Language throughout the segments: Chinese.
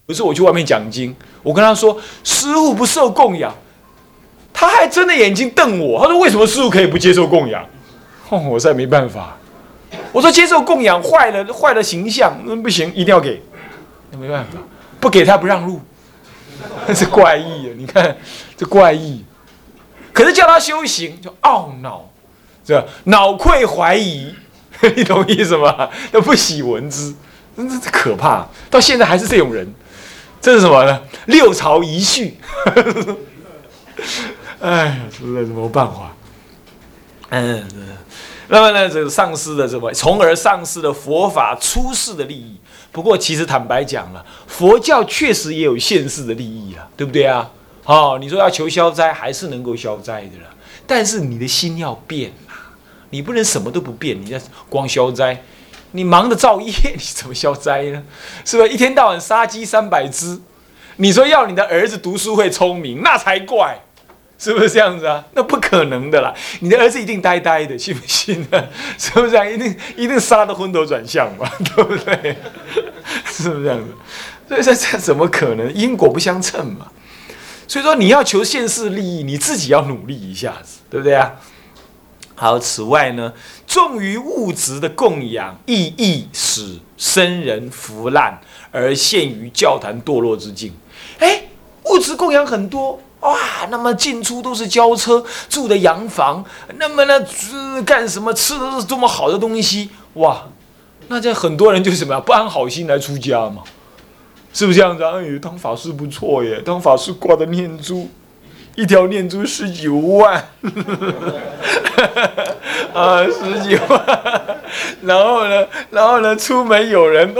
有时候我去外面讲经，我跟他说师父不受供养，他还睁着眼睛瞪我，他说为什么师父可以不接受供养？我实在没办法。我说接受供养坏了形象，不行，一定要给。没办法，不给他不让路，这怪异啊！你看这怪异。可是叫他修行就懊恼，这恼愧怀疑，你懂意思吗？都不喜闻之，这可怕。到现在还是这种人，这是什么呢？六朝遗绪。哎，实在是没办法。那么呢，这个丧失了什么？从而丧失了佛法出世的利益。不过，其实坦白讲了，佛教确实也有现世的利益啊，对不对啊？你说要求消灾，还是能够消灾的了。但是你的心要变啊，你不能什么都不变，你在光消灾，你忙着造业，你怎么消灾呢？是不是一天到晚杀鸡300只？你说要你的儿子读书会聪明，那才怪。是不是这样子啊？那不可能的啦！你的儿子一定呆呆的，信不信呢？是不是这样？一定杀得昏头转向嘛，对不对？是不是这样子？所以这怎么可能？因果不相称嘛。所以说你要求现世利益，你自己要努力一下子，对不对啊？好，此外呢，重于物质的供养，亦使生人腐烂而陷于教坛堕落之境。物质供养很多。哇，那么进出都是轿车，住的洋房，那么呢，干什么吃的都是多么好的东西，哇，那这很多人就什么呀，不安好心来出家嘛，是不是这样子啊？当法师不错耶，当法师挂的念珠，一条念珠19万，啊，10几万，然后呢，出门有人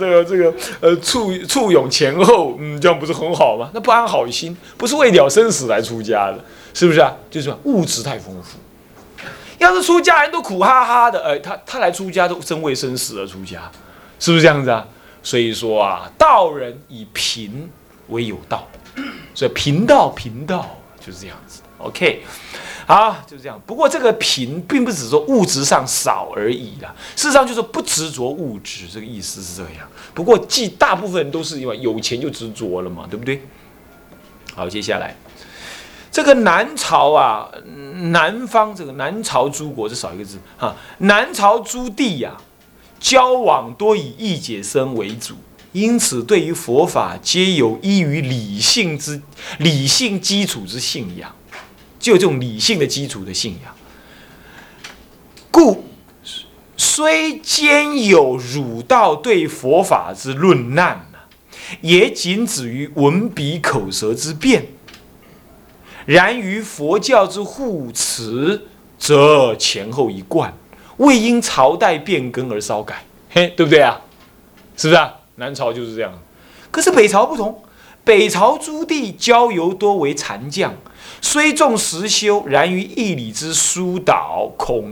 簇拥前后，这样不是很好吗？那不安好心，不是为了生死来出家的，是不是啊？就是物质太丰富。要是出家人都苦哈哈的，他来出家都真为生死而出家，是不是这样子啊？所以说啊，道人以贫为有道，所以贫道就是这样子。OK。好，就这样。不过这个贫并不只说物质上少而已啦，事实上就是不执着物质，这个意思是这样。不过大部分人都是因为有钱就执着了嘛，对不对？好，接下来这个南朝啊，南方这个南朝诸国，这少一个字哈，南朝诸地呀，交往多以义解生为主，因此对于佛法皆有依于理性基础之信仰。就有这种理性的基础的信仰，故虽兼有儒道对佛法之论难，也仅止于文笔口舌之辩。然于佛教之护持，则前后一贯，未因朝代变更而稍改，对不对啊？是不是啊？南朝就是这样，可是北朝不同，北朝诸地交游多为禅将。虽重实修，然于义理之疏导，恐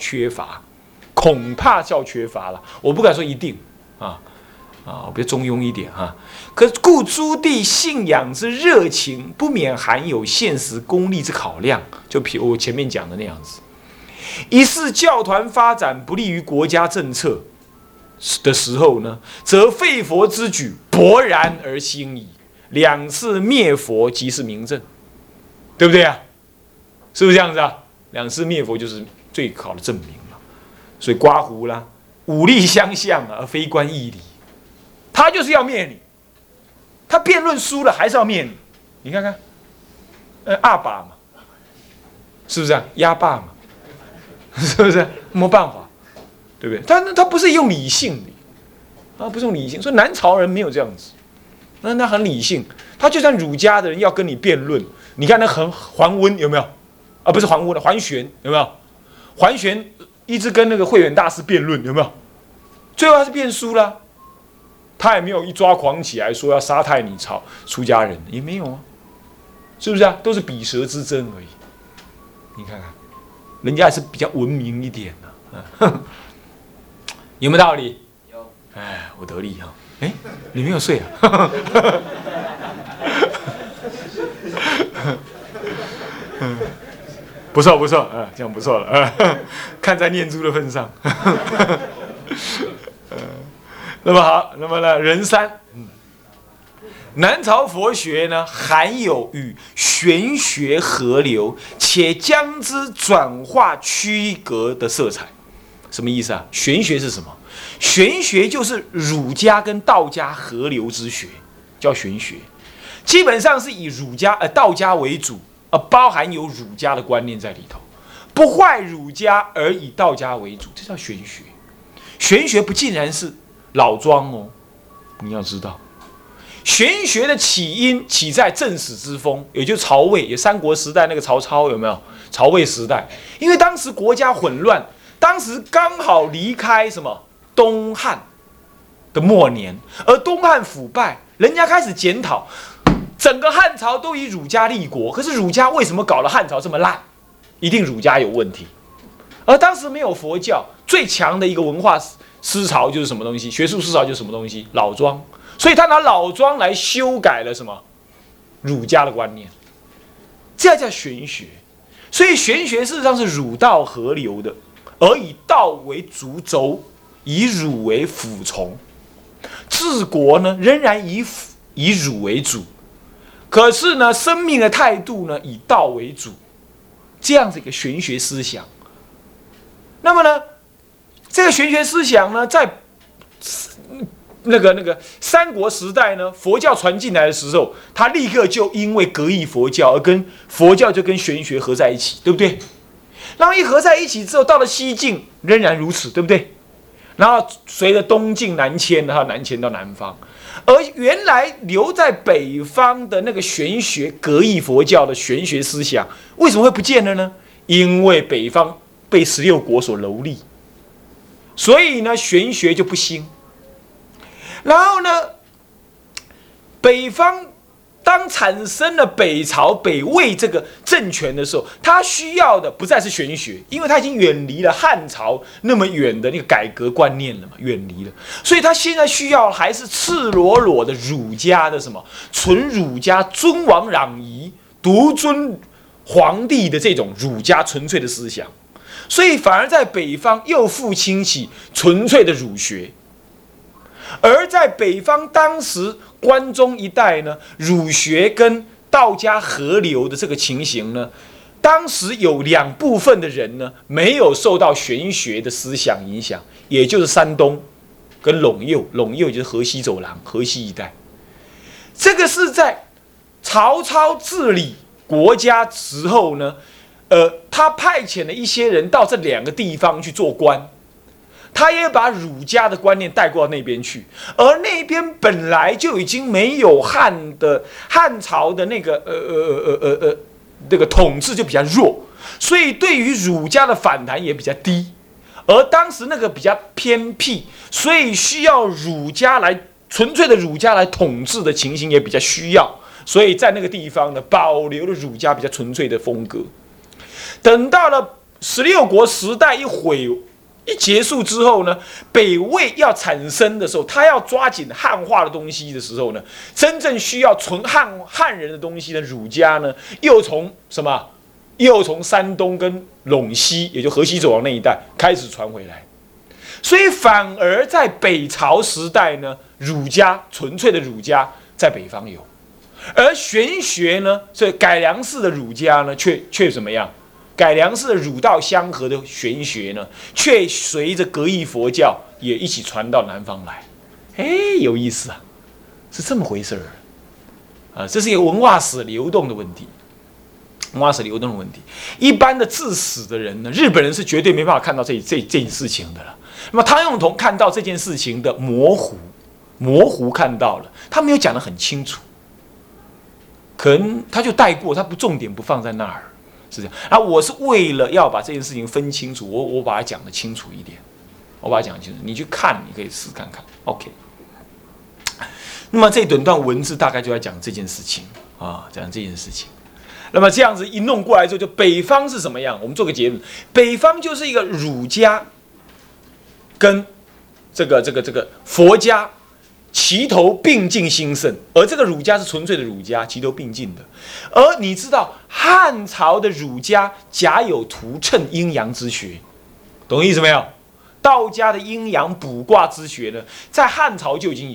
怕较缺乏了。我不敢说一定我比较中庸一点可故诸地信仰之热情，不免含有现实功利之考量。就譬如我前面讲的那样子，一是教团发展不利于国家政策的时候呢，则废佛之举勃然而兴矣。2次灭佛即是明证。对不对啊？是不是这样子啊？2次灭佛就是最好的证明嘛。所以刮胡啦，武力相向而非观义理，他就是要灭你，他辩论输了还是要灭你。你看看，阿爸嘛，是不是啊？压霸嘛，是不是？没办法，对不对？他不是用理性的，不是用理性，所以南朝人没有这样子，那很理性。他就算儒家的人要跟你辩论。你看那桓温有没有？不是桓温的桓玄有没有？桓玄一直跟那个慧远大师辩论有没有？最后他是辩输了，他也没有一抓狂起来说要杀害你出家人，也没有啊，是不是啊？都是比舌之争而已。你看看，人家还是比较文明一点的，有没有道理？有。我得力你没有睡啊？不错，这样不错了，看在念珠的份上。那么好，那么呢，人三， 南朝佛学呢，含有与玄学合流，且将之转化区隔的色彩。什么意思啊？玄学是什么？玄学就是儒家跟道家合流之学，叫玄学。基本上是以道家为主，包含有儒家的观念在里头，不坏儒家而以道家为主，这叫玄学。玄学不尽然是老庄哦，你要知道。玄学的起因起在正史之风，也就是曹魏，也三国时代那个曹操有没有？曹魏时代，因为当时国家混乱，当时刚好离开什么东汉的末年，而东汉腐败，人家开始检讨，整个汉朝都以儒家立国，可是儒家为什么搞得汉朝这么烂？一定儒家有问题。而当时没有佛教，最强的一个文化思潮就是什么东西？学术思潮就是什么东西？老庄。所以他拿老庄来修改了什么儒家的观念，这叫玄学。所以玄学事实上是儒道合流的，而以道为主轴，以儒为辅从。治国呢，仍然以儒为主，可是呢，生命的态度呢，以道为主，这样子一个玄学思想。那么呢，这个玄学思想呢，在那个三国时代呢，佛教传进来的时候，他立刻就因为革异佛教而跟佛教就跟玄学合在一起，对不对？然后一合在一起之后，到了西晋仍然如此，对不对？然后随着东晋南迁，然后南迁到南方，而原来留在北方的那个玄学革异佛教的玄学思想，为什么会不见了呢？因为北方被16国所蹂躏，所以呢，玄学就不兴。然后呢，北方当产生了北朝、北魏这个政权的时候，他需要的不再是玄学，因为他已经远离了汉朝那么远的那个改革观念了嘛，远离了，所以他现在需要还是赤裸裸的儒家的什么纯儒家尊王攘夷、独尊皇帝的这种儒家纯粹的思想，所以反而在北方又复兴起纯粹的儒学。而在北方当时关中一带呢，儒学跟道家合流的这个情形呢，当时有2部分的人呢，没有受到玄学的思想影响，也就是山东跟陇右，陇右就是河西走廊，河西一带。这个是在曹操治理国家时候呢，他派遣了一些人到这2个地方去做官。他也把儒家的观念带过到那边去，而那边本来就已经没有汉朝的那个这个统治就比较弱，所以对于儒家的反弹也比较低。而当时那个比较偏僻，所以需要儒家来纯粹的儒家来统治的情形也比较需要，所以在那个地方呢，保留了儒家比较纯粹的风格。等到了16国时代一结束之后呢，北魏要产生的时候，他要抓紧汉化的东西的时候呢，真正需要纯汉人的东西的儒家呢，又从什么？又从山东跟陇西，也就河西走廊那一带开始传回来。所以反而在北朝时代呢，儒家纯粹的儒家在北方有，而玄学呢，所以改良式的儒家呢，却怎么样？改良式的儒道相合的玄学呢，却随着革异佛教也一起传到南方来。有意思啊，是这么回事儿这是一个文化史流动的问题。文化史流动的问题，一般的治史的人呢，日本人是绝对没办法看到这件事情的了。那么汤用彤看到这件事情的模糊看到了，他没有讲得很清楚，可能他就带过，他不重点不放在那儿。是这样我是为了要把这件事情分清楚，我把它讲得清楚一点，我把它讲清楚，你去看，你可以试看看。OK， 那么这段文字大概就在讲这件事情讲这件事情。那么这样子一弄过来之后，就北方是什么样？我们做个结论：北方就是一个儒家跟这个佛家齐头并进兴盛，而这个儒家是纯粹的儒家，齐头并进的。而你知道汉朝的儒家假有图谶阴阳之学，懂意思没有？道家的阴阳卜卦之学呢，在汉朝就已经有了。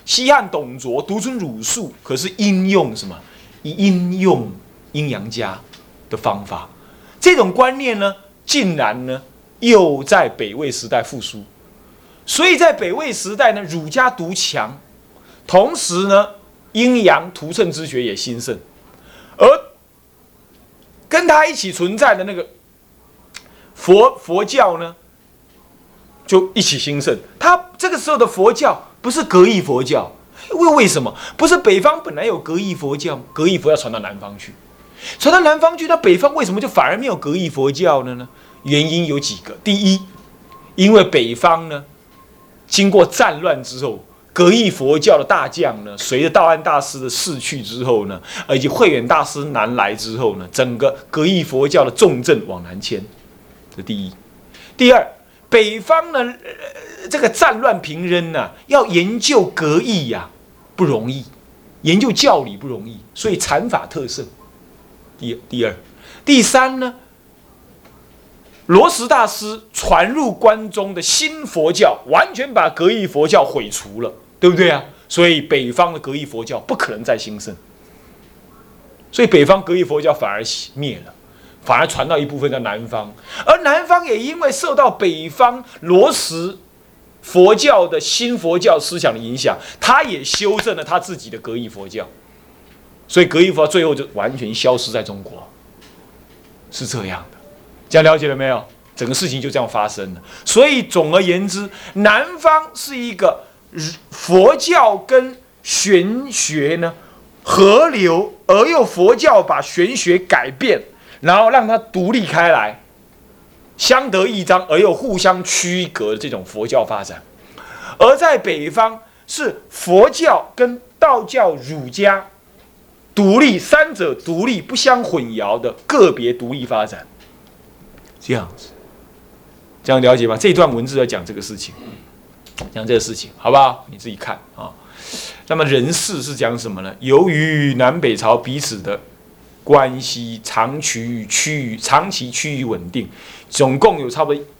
西汉董卓独尊儒术，可是应用什么？应用阴阳家的方法。这种观念呢，竟然呢又在北魏时代复苏。所以在北魏时代呢，儒家独强，同时呢，阴阳图谶之学也兴盛，而跟他一起存在的那个佛教呢，就一起兴盛。他这个时候的佛教不是格义佛教，为什么？不是北方本来有格义佛教，格义佛教传到南方去，传到南方去，那北方为什么就反而没有格义佛教了呢？原因有几个。第一，因为北方呢，经过战乱之后，格义佛教的大将呢，随着道安大师的逝去之后呢，以及慧远大师南来之后呢，整个格义佛教的重镇往南迁，这第一。第二，北方呢，这个战乱频仍啊，要研究格义呀，不容易，研究教理不容易，所以禅法特盛。第二，第三呢，罗什大师传入关中的新佛教，完全把格义佛教毁除了，对不对啊？所以北方的格义佛教不可能再兴盛，所以北方格义佛教反而灭了，反而传到一部分在南方，而南方也因为受到北方罗什佛教的新佛教思想的影响，他也修正了他自己的格义佛教，所以格义佛教最后就完全消失在中国，是这样的。这样了解了没有？整个事情就这样发生了。所以总而言之，南方是一个佛教跟玄学呢合流，而又佛教把玄学改变，然后让它独立开来，相得益彰，而又互相区隔的这种佛教发展。而在北方是佛教跟道教、儒家独立，三者独立不相混淆的个别独立发展。这样子，这样了解吗？这一段文字在讲这个事情，讲这个事情，好不好？你自己看啊。那么人事是讲什么呢？由于南北朝彼此的关系长期趋于稳定，总共有差不多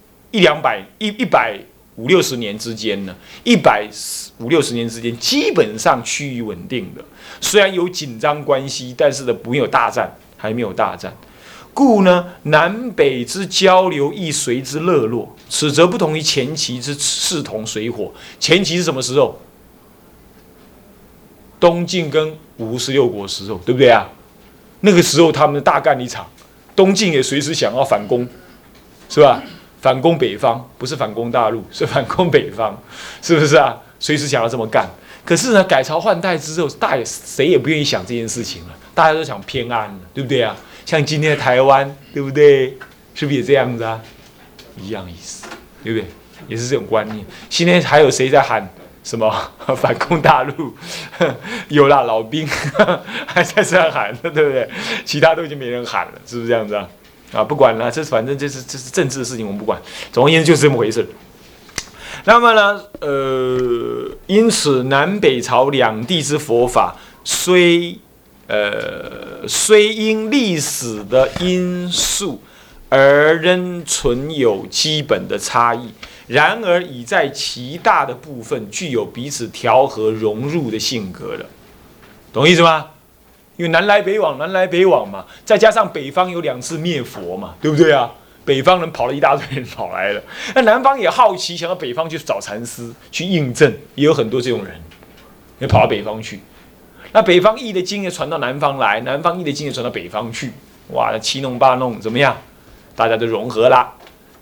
150-160年之间呢，150-160年之间基本上趋于稳定的。虽然有紧张关系，但是呢，没有大战，还没有大战。故呢，南北之交流亦随之热络，此则不同于前期之势同水火。前期是什么时候？东晋跟56国时候，对不对啊？那个时候他们大干一场，东晋也随时想要反攻，是吧？反攻北方，不是反攻大陆，是反攻北方，是不是啊？随时想要这么干。可是呢，改朝换代之后，谁也不愿意想这件事情了，大家都想偏安了，对不对啊？像今天的台湾，对不对？是不是也这样子啊？一样意思，对不对？也是这种观念。今天还有谁在喊什么反攻大陆？有啦，老兵还在这样喊，对不对？其他都已经没人喊了，是不是这样子啊？啊，不管了，反正这是政治的事情，我们不管。总而言之，就是这么回事。那么呢，因此南北朝两地之佛法虽因历史的因素而仍存有基本的差异，然而已在其大的部分具有彼此调和融入的性格了，懂意思吗？因为南来北往嘛，再加上北方有2次灭佛嘛，对不对啊？北方人跑了一大堆人跑来了，那南方也好奇，想到北方去找禅师去印证，也有很多这种人，也跑到北方去。那北方译的经也传到南方来，南方译的经也传到北方去，哇，七弄八弄怎么样？大家都融合啦。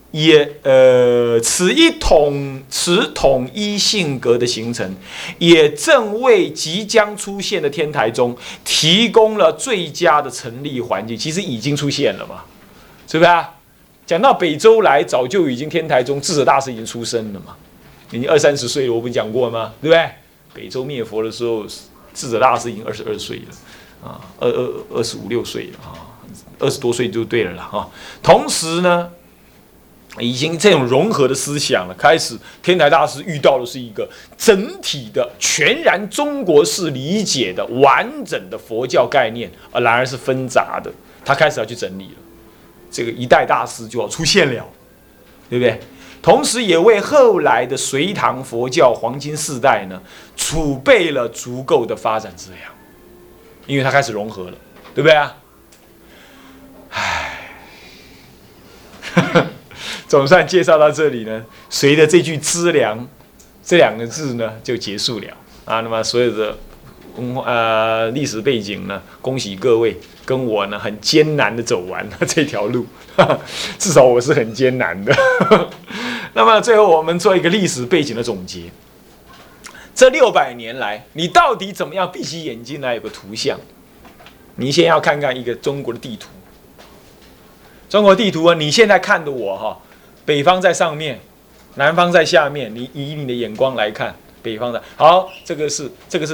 此统一性格的形成，也正为即将出现的天台宗提供了最佳的成立环境。其实已经出现了嘛，是不是啊？讲到北周来，早就已经天台宗智者大师已经出生了嘛，已经20-30岁了，我不是讲过吗？对不对？北周灭佛的时候，智者大师已经22岁了，啊，25-26岁了啊，20多岁就对了啦啊。同时呢，已经这种融合的思想了，开始天台大师遇到的是一个整体的、全然中国式理解的完整的佛教概念，然而是纷杂的，他开始要去整理了。这个一代大师就要出现了，对不对？ 同时也为后来的隋唐佛教黄金世代呢储备了足够的发展资粮，因为它开始融合了，对不对啊？唉，总算介绍到这里呢，随着这句“资粮”这2个字呢就结束了啊。那么所有的历史背景呢，恭喜各位跟我呢很艰难的走完了这条路，至少我是很艰难的。那么最后我们做一个历史背景的总结。这600年来，你到底怎么样闭起眼睛来有个图像？你先要看看一个中国的地图。中国地图啊，你现在看的我哈，北方在上面，南方在下面。你以你的眼光来看，北方的好，这个是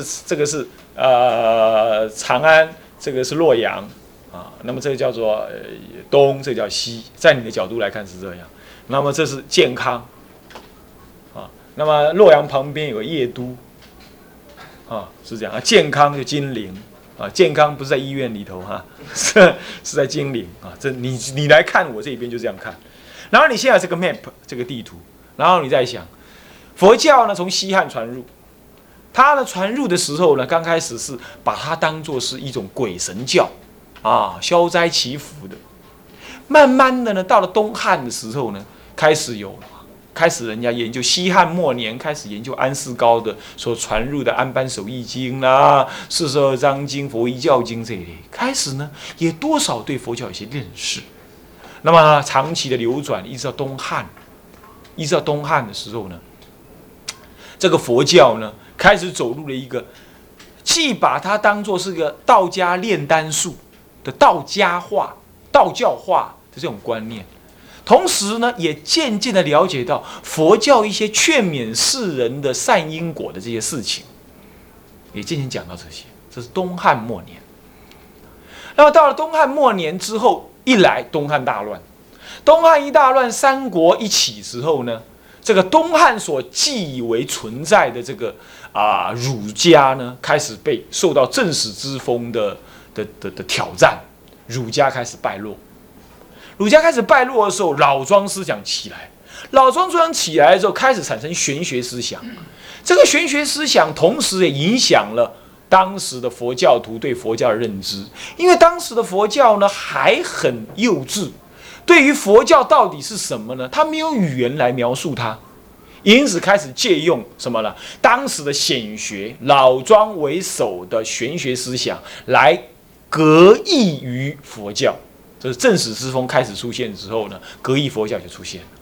长安，这个是洛阳啊。那么这个叫做东，这个叫西，在你的角度来看是这样。那么这是健康啊。那么洛阳旁边有个邺都啊，是这样啊。健康就金陵。啊，健康不是在医院里头哈，是在金陵啊。这你来看我这边就这样看，然后你现在这个 map 这个地图，然后你再想，佛教呢从西汉传入，它呢传入的时候呢，刚开始是把它当作是一种鬼神教啊，消灾祈福的。慢慢的呢，到了东汉的时候呢，开始人家研究西汉末年，开始研究安世高的所传入的《安般守义经》啦、42章经、佛遗教经这一类，开始呢也多少对佛教有些认识。那么长期的流转，一直到东汉的时候呢，这个佛教呢开始走入了一个，既把它当作是个道家炼丹术的道教化的这种观念。同时呢，也渐渐的了解到佛教一些劝勉世人的善因果的这些事情，也渐渐讲到这些。这是东汉末年。那么到了东汉末年之后，一来东汉大乱，东汉一大乱，三国一起之后呢，这个东汉所既以为存在的这个儒家呢，开始被受到正史之风的挑战，儒家开始败落。儒家开始败落的时候，老庄思想起来。老庄思想起来之后，开始产生玄学思想。这个玄学思想同时也影响了当时的佛教徒对佛教的认知，因为当时的佛教呢还很幼稚，对于佛教到底是什么呢？他没有语言来描述它，因此开始借用什么呢？当时的显学，老庄为首的玄学思想来格异于佛教。就是正史之风开始出现之后呢，格义佛教就出现了。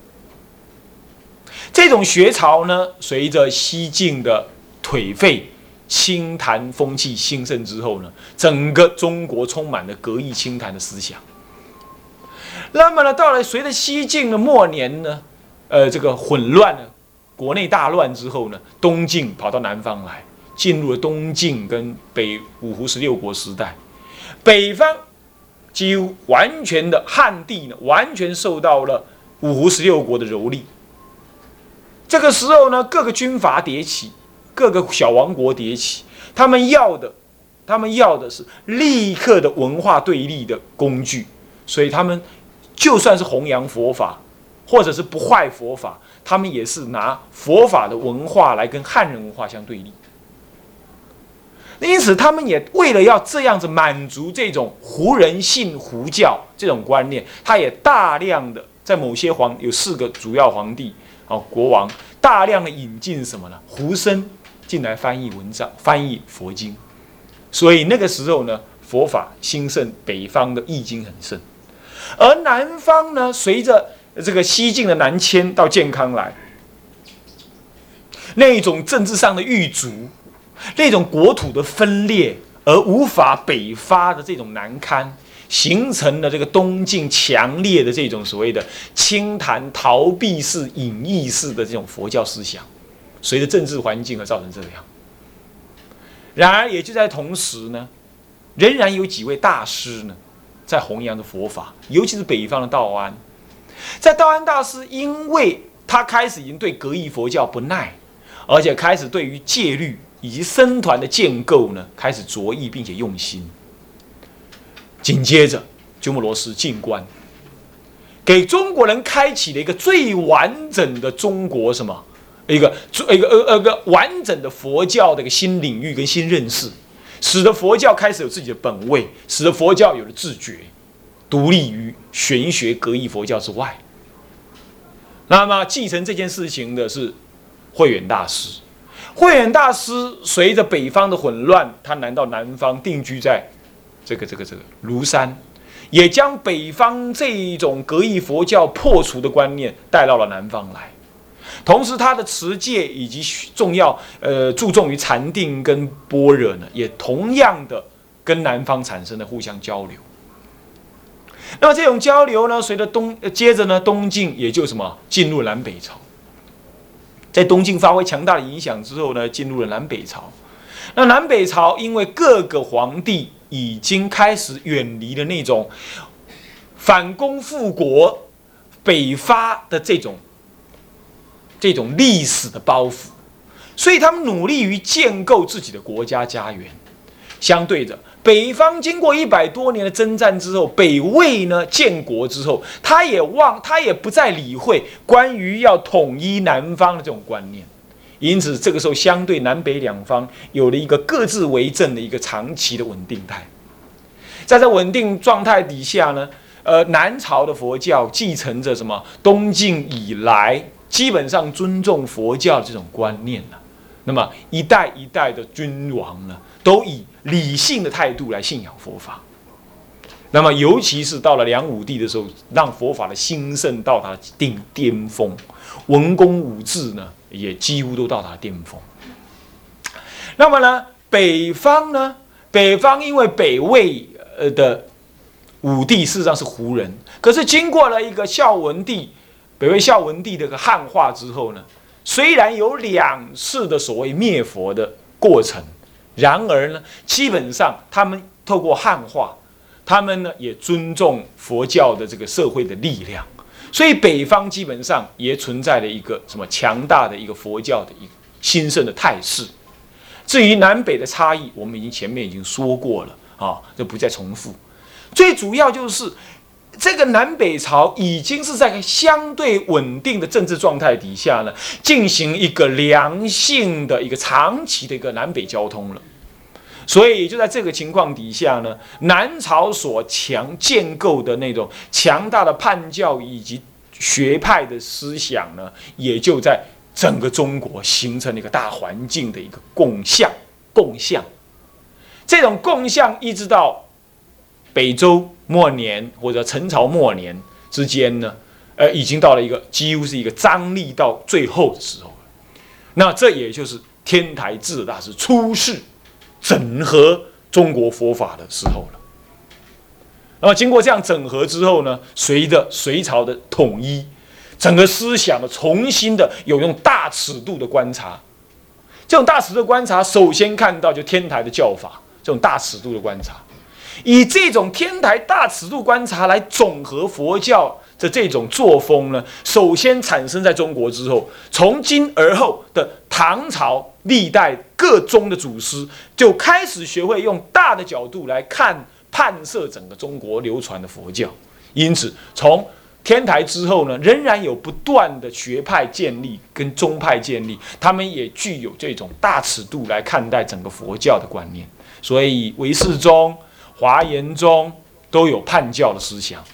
这种学潮呢，随着西晋的颓废、清谈风气兴盛之后呢，整个中国充满了格义清谈的思想。那么呢，到了随着西晋的末年呢，这个混乱的国内大乱之后呢，东晋跑到南方来，进入了东晋跟五胡16国时代，北方。几乎完全的汉地呢，完全受到了五胡16国的蹂躏。这个时候呢，各个军阀迭起，各个小王国迭起，他们要的是立刻的文化对立的工具，所以他们就算是弘扬佛法，或者是不坏佛法，他们也是拿佛法的文化来跟汉人文化相对立。因此，他们也为了要这样子满足这种胡人信胡教这种观念，他也大量的在某些有4个主要皇帝国王，大量的引进什么呢？胡僧进来翻译文章、翻译佛经。所以那个时候呢，佛法兴盛，北方的易经很盛，而南方呢，随着这个西晋的南迁到健康来，那种政治上的狱卒。那种国土的分裂而无法北伐的这种难堪，形成了这个东晋强烈的这种所谓的清谈逃避式、隐逸式的这种佛教思想，随着政治环境而造成这样。然而，也就在同时呢，仍然有几位大师呢，在弘扬着佛法，尤其是北方的道安。在道安大师，因为他开始已经对格义佛教不耐，而且开始对于戒律以及僧团的建构呢，开始着意并且用心。紧接着，鸠摩罗什进关， 给中国人开启了一个最完整的中国什么一个完整的佛教的一个新领域跟新认识，使得佛教开始有自己的本位，使得佛教有了自觉，独立于玄学格义佛教之外。那么继承这件事情的是慧远大师。慧远大师随着北方的混乱，他来到南方定居在这个庐山，也将北方这一种格义佛教破除的观念带到了南方来。同时，他的持戒以及注重于禅定跟般若呢，也同样的跟南方产生了互相交流。那么这种交流呢，随着接着呢，东晋也就进入南北朝。在东晋发挥强大的影响之后呢，进入了南北朝。那南北朝因为各个皇帝已经开始远离了那种反攻复国、北伐的这种历史的包袱，所以他们努力于建构自己的国家家园。相对着，北方经过100多年的征战之后，北魏呢建国之后，他也不再理会关于要统一南方的这种观念，因此这个时候相对南北两方有了一个各自为政的一个长期的稳定态。在这稳定状态底下呢，南朝的佛教继承着东晋以来基本上尊重佛教的这种观念呢，那么一代一代的君王呢，都以理性的态度来信仰佛法。那么尤其是到了梁武帝的时候，让佛法的兴盛到达巅峰，文攻武治呢也几乎都到达巅峰。那么呢，北方因为北魏的武帝事实上是胡人，可是经过了一个北魏孝文帝的一个汉化之后呢，虽然有2次的所谓灭佛的过程，然而呢，基本上他们透过汉化，他们呢也尊重佛教的这个社会的力量，所以北方基本上也存在了一个强大的一个佛教的一个兴盛的态势。至于南北的差异，我们前面已经说过了啊，就不再重复。最主要就是这个南北朝已经是在相对稳定的政治状态底下呢，进行一个良性的一个长期的一个南北交通了。所以就在这个情况底下呢，南朝所建构的那种强大的叛教以及学派的思想呢，也就在整个中国形成了一个大环境的一个共向。这种共向一直到北周末年或者陈朝末年之间呢，已经到了一个几乎是一个张力到最后的时候了。那这也就是天台智大师出世整合中国佛法的时候了。那么经过这样整合之后呢，随着隋朝的统一，整个思想的重新的有用大尺度的观察。这种大尺度的观察，首先看到就天台的教法，这种大尺度的观察。以这种天台大尺度观察来总和佛教的这种作风呢，首先产生在中国之后，从今而后的唐朝历代各宗的祖师就开始学会用大的角度来判摄整个中国流传的佛教。因此，从天台之后呢，仍然有不断的学派建立跟宗派建立，他们也具有这种大尺度来看待整个佛教的观念。所以唯识宗、华严宗都有叛教的思想，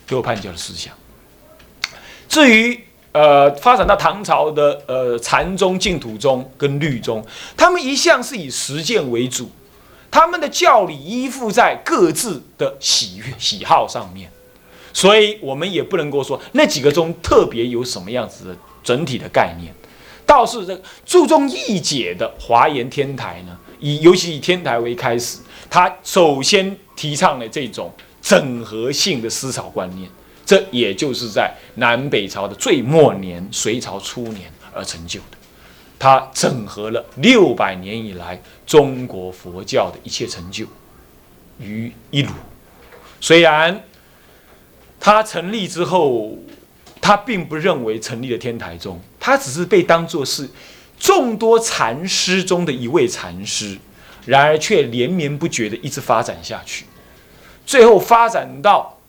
至于发展到唐朝的禅宗、净土宗跟律宗，他们一向是以实践为主，他们的教理依附在各自的喜好上面，所以我们也不能够说那几个宗特别有什么样子的整体的概念。倒是这个注重义解的华严天台呢，尤其以天台为开始，他首先提倡了这种整合性的思潮观念，这也就是在南北朝的最末年、隋朝初年而成就的。它整合了600年以来中国佛教的一切成就于一炉。虽然它成立之后，他并不认为成立了天台宗，他只是被当作是众多禅师中的一位禅师，然而却连绵不绝地一直发展下去，最后发展到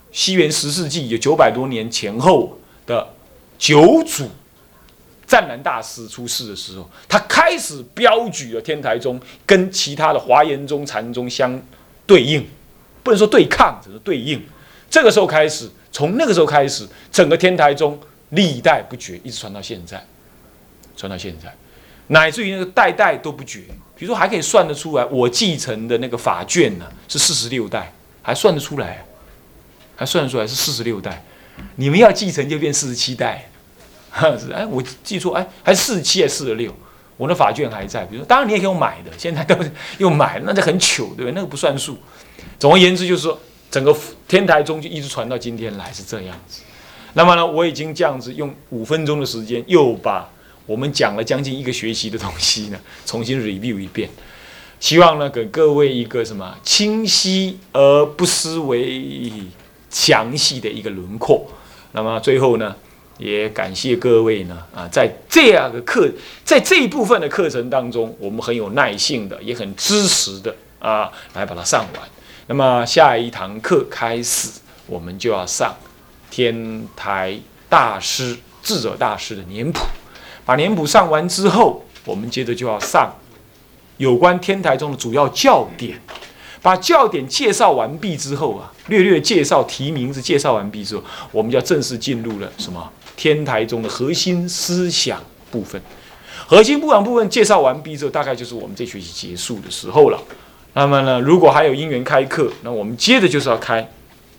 西元10世纪，有900多年前后的九祖湛然大师出世的时候，他开始标举了天台宗跟其他的华严宗、禅宗相对应，不能说对抗，只是对应。这个时候开始，从那个时候开始，整个天台宗历代不绝，一直传到现在，传到现在，乃至于那个代代都不绝。比如说，还可以算得出来，我继承的那个法卷呢是46代，还算得出来，还算得出来是46代。你们要继承就变47代，是哎，我记错，哎，还是47还是46？我的法卷还在。比如说，当然你也可以用买的，现在都是用买，那就很糗，对不对？那个不算数。总而言之，就是说，整个天台宗就一直传到今天来是这样子。那么呢，我已经这样子用5分钟的时间，又把我们讲了将近1个学期的东西呢，重新 review 一遍。希望呢，给各位一个什么清晰而不失为详细的一个轮廓。那么最后呢，也感谢各位呢在这样的课，在这一部分的课程当中，我们很有耐性的，也很支持的来把它上完。那么下一堂课开始，我们就要上天台大师智者大师的年谱。把年谱上完之后，我们接着就要上有关天台宗的主要教典。把教典介绍完毕之后略略介绍提名字介绍完毕之后，我们就要正式进入了什么天台宗的核心思想部分。核心部分介绍完毕之后，大概就是我们这学期结束的时候了。那么呢，如果还有因缘开课，那我们接着就是要开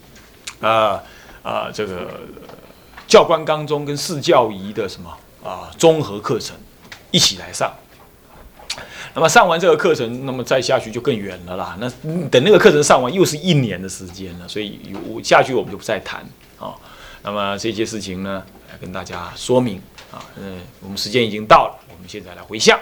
这个教官纲宗跟释教仪的什么综合课程一起来上。那么上完这个课程，那么再下去就更远了啦。那等那个课程上完，又是1年的时间了，所以下去我们就不再谈那么这些事情呢，来跟大家说明我们时间已经到了，我们现在来回向。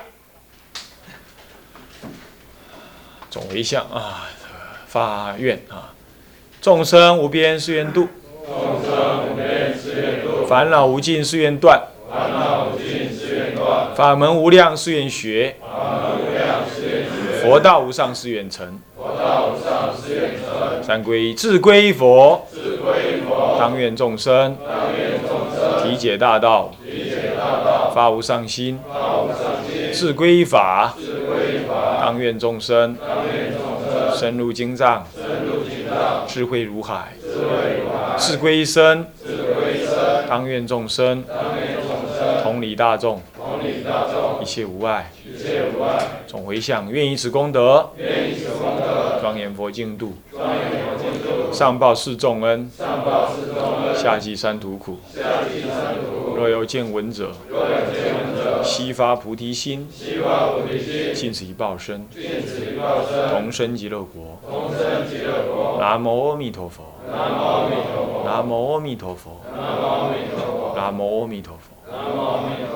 总回向发愿众生无边誓愿度，众生无边誓愿度；烦恼无尽誓愿断，烦恼无尽誓愿断；法门无量誓愿学，法门无量誓愿学；佛道无上誓愿成，佛道无上誓愿成；三皈依自皈依佛，自皈依佛；当愿众生，当愿众生体解大道，体解大道；发无上心，发无上心；自皈依法，自皈依法；当愿众生，当愿众生深入经藏，深入经藏；智慧如海，智慧如海；自归身，自归身；当愿众生，当愿众生同理大众，同理大众；一切无碍，一切无碍。总回向，愿以此功德，愿以此功德庄严佛净土，庄严佛净土；上报四众恩，上报四众恩；下济三途苦，下济三途苦。若有见闻者，若有见闻者，悉发菩提心，悉发菩提心；尽此一报身，尽此一报身；同生极乐国，同生极乐国。南无阿弥陀佛，南无阿弥陀佛，南无阿弥陀佛，南无阿弥陀佛，南无阿弥陀佛，南无阿弥陀佛。